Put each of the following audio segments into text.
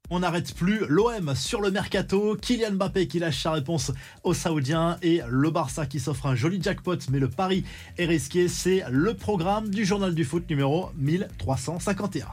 On n'arrête plus l'OM sur le mercato, Kylian Mbappé qui lâche sa réponse aux Saoudiens et le Barça qui s'offre un joli jackpot, mais le pari est risqué. C'est le programme du journal du foot numéro 1351.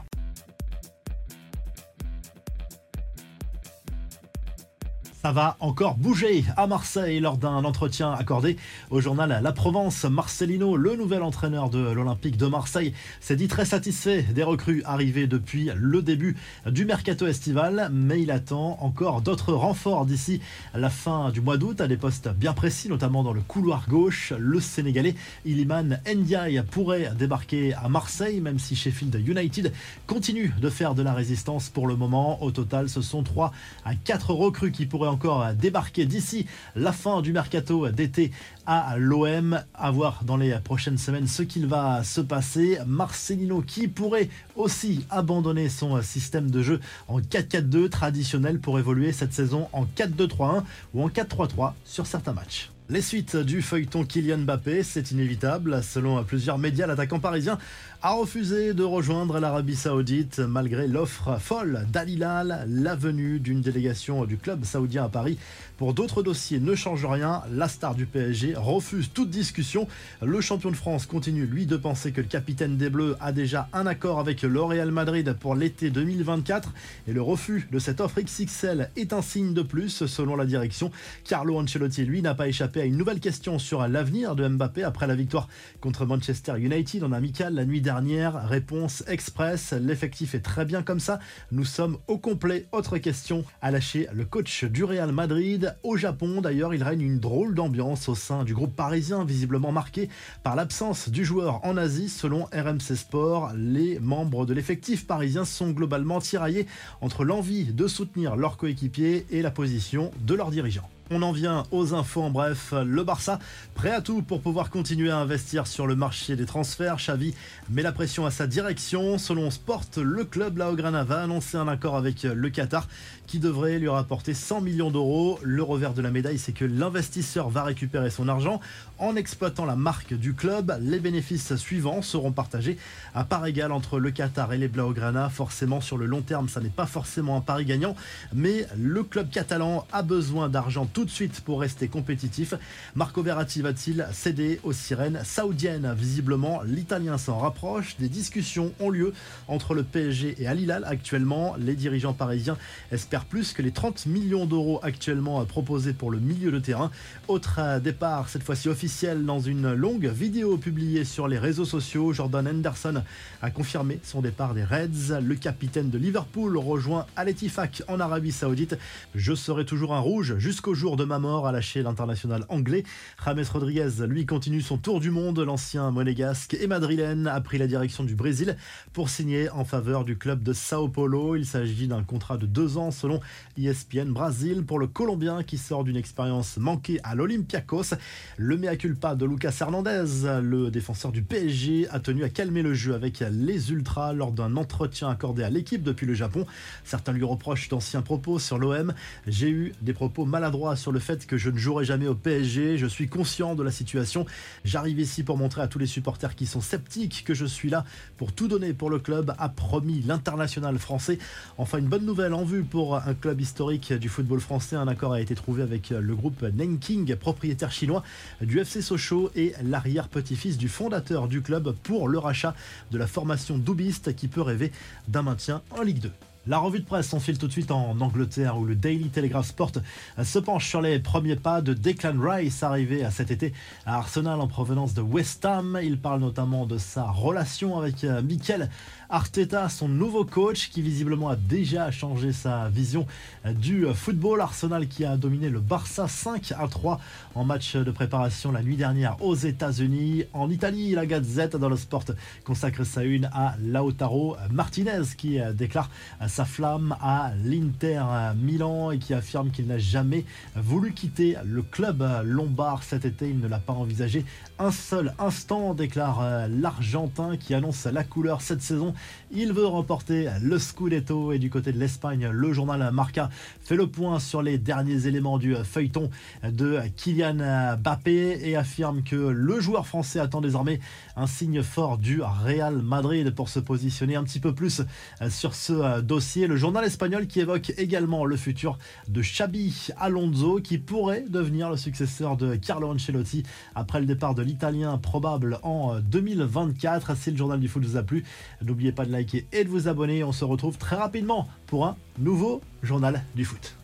Ça va encore bouger à Marseille lors d'un entretien accordé au journal La Provence. Marcelino, le nouvel entraîneur de l'Olympique de Marseille, s'est dit très satisfait des recrues arrivées depuis le début du mercato estival, mais il attend encore d'autres renforts d'ici la fin du mois d'août à des postes bien précis, notamment dans le couloir gauche. Le Sénégalais Iliman Ndiaye pourrait débarquer à Marseille, même si Sheffield United continue de faire de la résistance pour le moment. Au total, ce sont 3 à 4 recrues qui pourraient encore débarquer d'ici la fin du mercato d'été à l'OM. À voir dans les prochaines semaines ce qu'il va se passer. Marcelino qui pourrait aussi abandonner son système de jeu en 4-4-2 traditionnel pour évoluer cette saison en 4-2-3-1 ou en 4-3-3 sur certains matchs. Les suites du feuilleton Kylian Mbappé, c'est inévitable. Selon plusieurs médias, l'attaquant parisien a refusé de rejoindre l'Arabie Saoudite malgré l'offre folle d'Al Hilal. La venue d'une délégation du club saoudien à Paris pour d'autres dossiers ne change rien. La star du PSG refuse toute discussion. Le champion de France continue, lui, de penser que le capitaine des Bleus a déjà un accord avec le Real Madrid pour l'été 2024. Et le refus de cette offre XXL est un signe de plus, selon la direction. Carlo Ancelotti, lui, n'a pas échappé à une nouvelle question sur l'avenir de Mbappé après la victoire contre Manchester United en amical la nuit dernière. Réponse express, l'effectif est très bien comme ça, nous sommes au complet. Autre question à lâcher le coach du Real Madrid. Au Japon d'ailleurs, il règne une drôle d'ambiance au sein du groupe parisien, visiblement marqué par l'absence du joueur en Asie. Selon RMC Sport, les membres de l'effectif parisien sont globalement tiraillés entre l'envie de soutenir leurs coéquipiers et la position de leurs dirigeants. On en vient aux infos en bref. Le Barça, prêt à tout pour pouvoir continuer à investir sur le marché des transferts. Xavi met la pression à sa direction. Selon Sport, le club Blaugrana va annoncer un accord avec le Qatar qui devrait lui rapporter 100 millions d'euros. Le revers de la médaille, c'est que l'investisseur va récupérer son argent en exploitant la marque du club. Les bénéfices suivants seront partagés à part égale entre le Qatar et les Blaugrana. Forcément, sur le long terme, ça n'est pas forcément un pari gagnant, mais le club catalan a besoin d'argent tout de suite pour rester compétitif. Marco Verratti va-t-il céder aux sirènes saoudiennes? Visiblement, l'Italien s'en rapproche. Des discussions ont lieu entre le PSG et Al Hilal actuellement. Les dirigeants parisiens espèrent plus que les 30 millions d'euros actuellement proposés pour le milieu de terrain. Autre départ, cette fois-ci officiel, dans une longue vidéo publiée sur les réseaux sociaux. Jordan Henderson a confirmé son départ des Reds. Le capitaine de Liverpool rejoint Al Ettifaq en Arabie Saoudite. Je serai toujours un rouge jusqu'au jour de ma mort, a lâché l'international anglais. James Rodriguez, lui, continue son tour du monde. L'ancien monégasque et madrilène a pris la direction du Brésil pour signer en faveur du club de Sao Paulo. Il s'agit d'un contrat de 2 ans selon ESPN Brasil pour le Colombien qui sort d'une expérience manquée à l'Olympiakos. Le mea culpa de Lucas Hernandez, le défenseur du PSG, a tenu à calmer le jeu avec les Ultras lors d'un entretien accordé à l'équipe depuis le Japon. Certains lui reprochent d'anciens propos sur l'OM. J'ai eu des propos maladroits sur le fait que je ne jouerai jamais au PSG. Je suis conscient de la situation. J'arrive ici pour montrer à tous les supporters qui sont sceptiques que je suis là pour tout donner pour le club, a promis l'international français. Enfin, une bonne nouvelle en vue pour un club historique du football français. Un accord a été trouvé avec le groupe Nanking, propriétaire chinois du FC Sochaux et l'arrière-petit-fils du fondateur du club pour le rachat de la formation doubiste qui peut rêver d'un maintien en Ligue 2. La revue de presse s'enfile tout de suite en Angleterre où le Daily Telegraph Sport se penche sur les premiers pas de Declan Rice arrivé à cet été à Arsenal en provenance de West Ham. Il parle notamment de sa relation avec Mikel Arteta, son nouveau coach qui visiblement a déjà changé sa vision du football. Arsenal qui a dominé le Barça 5-3 en match de préparation la nuit dernière aux États-Unis. En Italie, la Gazette dello Sport consacre sa une à Lautaro Martinez qui déclare sa flamme à l'Inter Milan et qui affirme qu'il n'a jamais voulu quitter le club lombard cet été. Il ne l'a pas envisagé un seul instant, déclare l'Argentin qui annonce la couleur cette saison Il veut remporter le Scudetto. Et du côté de l'Espagne, le journal Marca fait le point sur les derniers éléments du feuilleton de Kylian Mbappé et affirme que le joueur français attend désormais un signe fort du Real Madrid pour se positionner un petit peu plus sur ce dossier. Le journal espagnol qui évoque également le futur de Xabi Alonso qui pourrait devenir le successeur de Carlo Ancelotti après le départ de l'Italien probable en 2024. Si le journal du foot vous a plu, n'oubliez pas de liker et de vous abonner. On se retrouve très rapidement pour un nouveau journal du foot.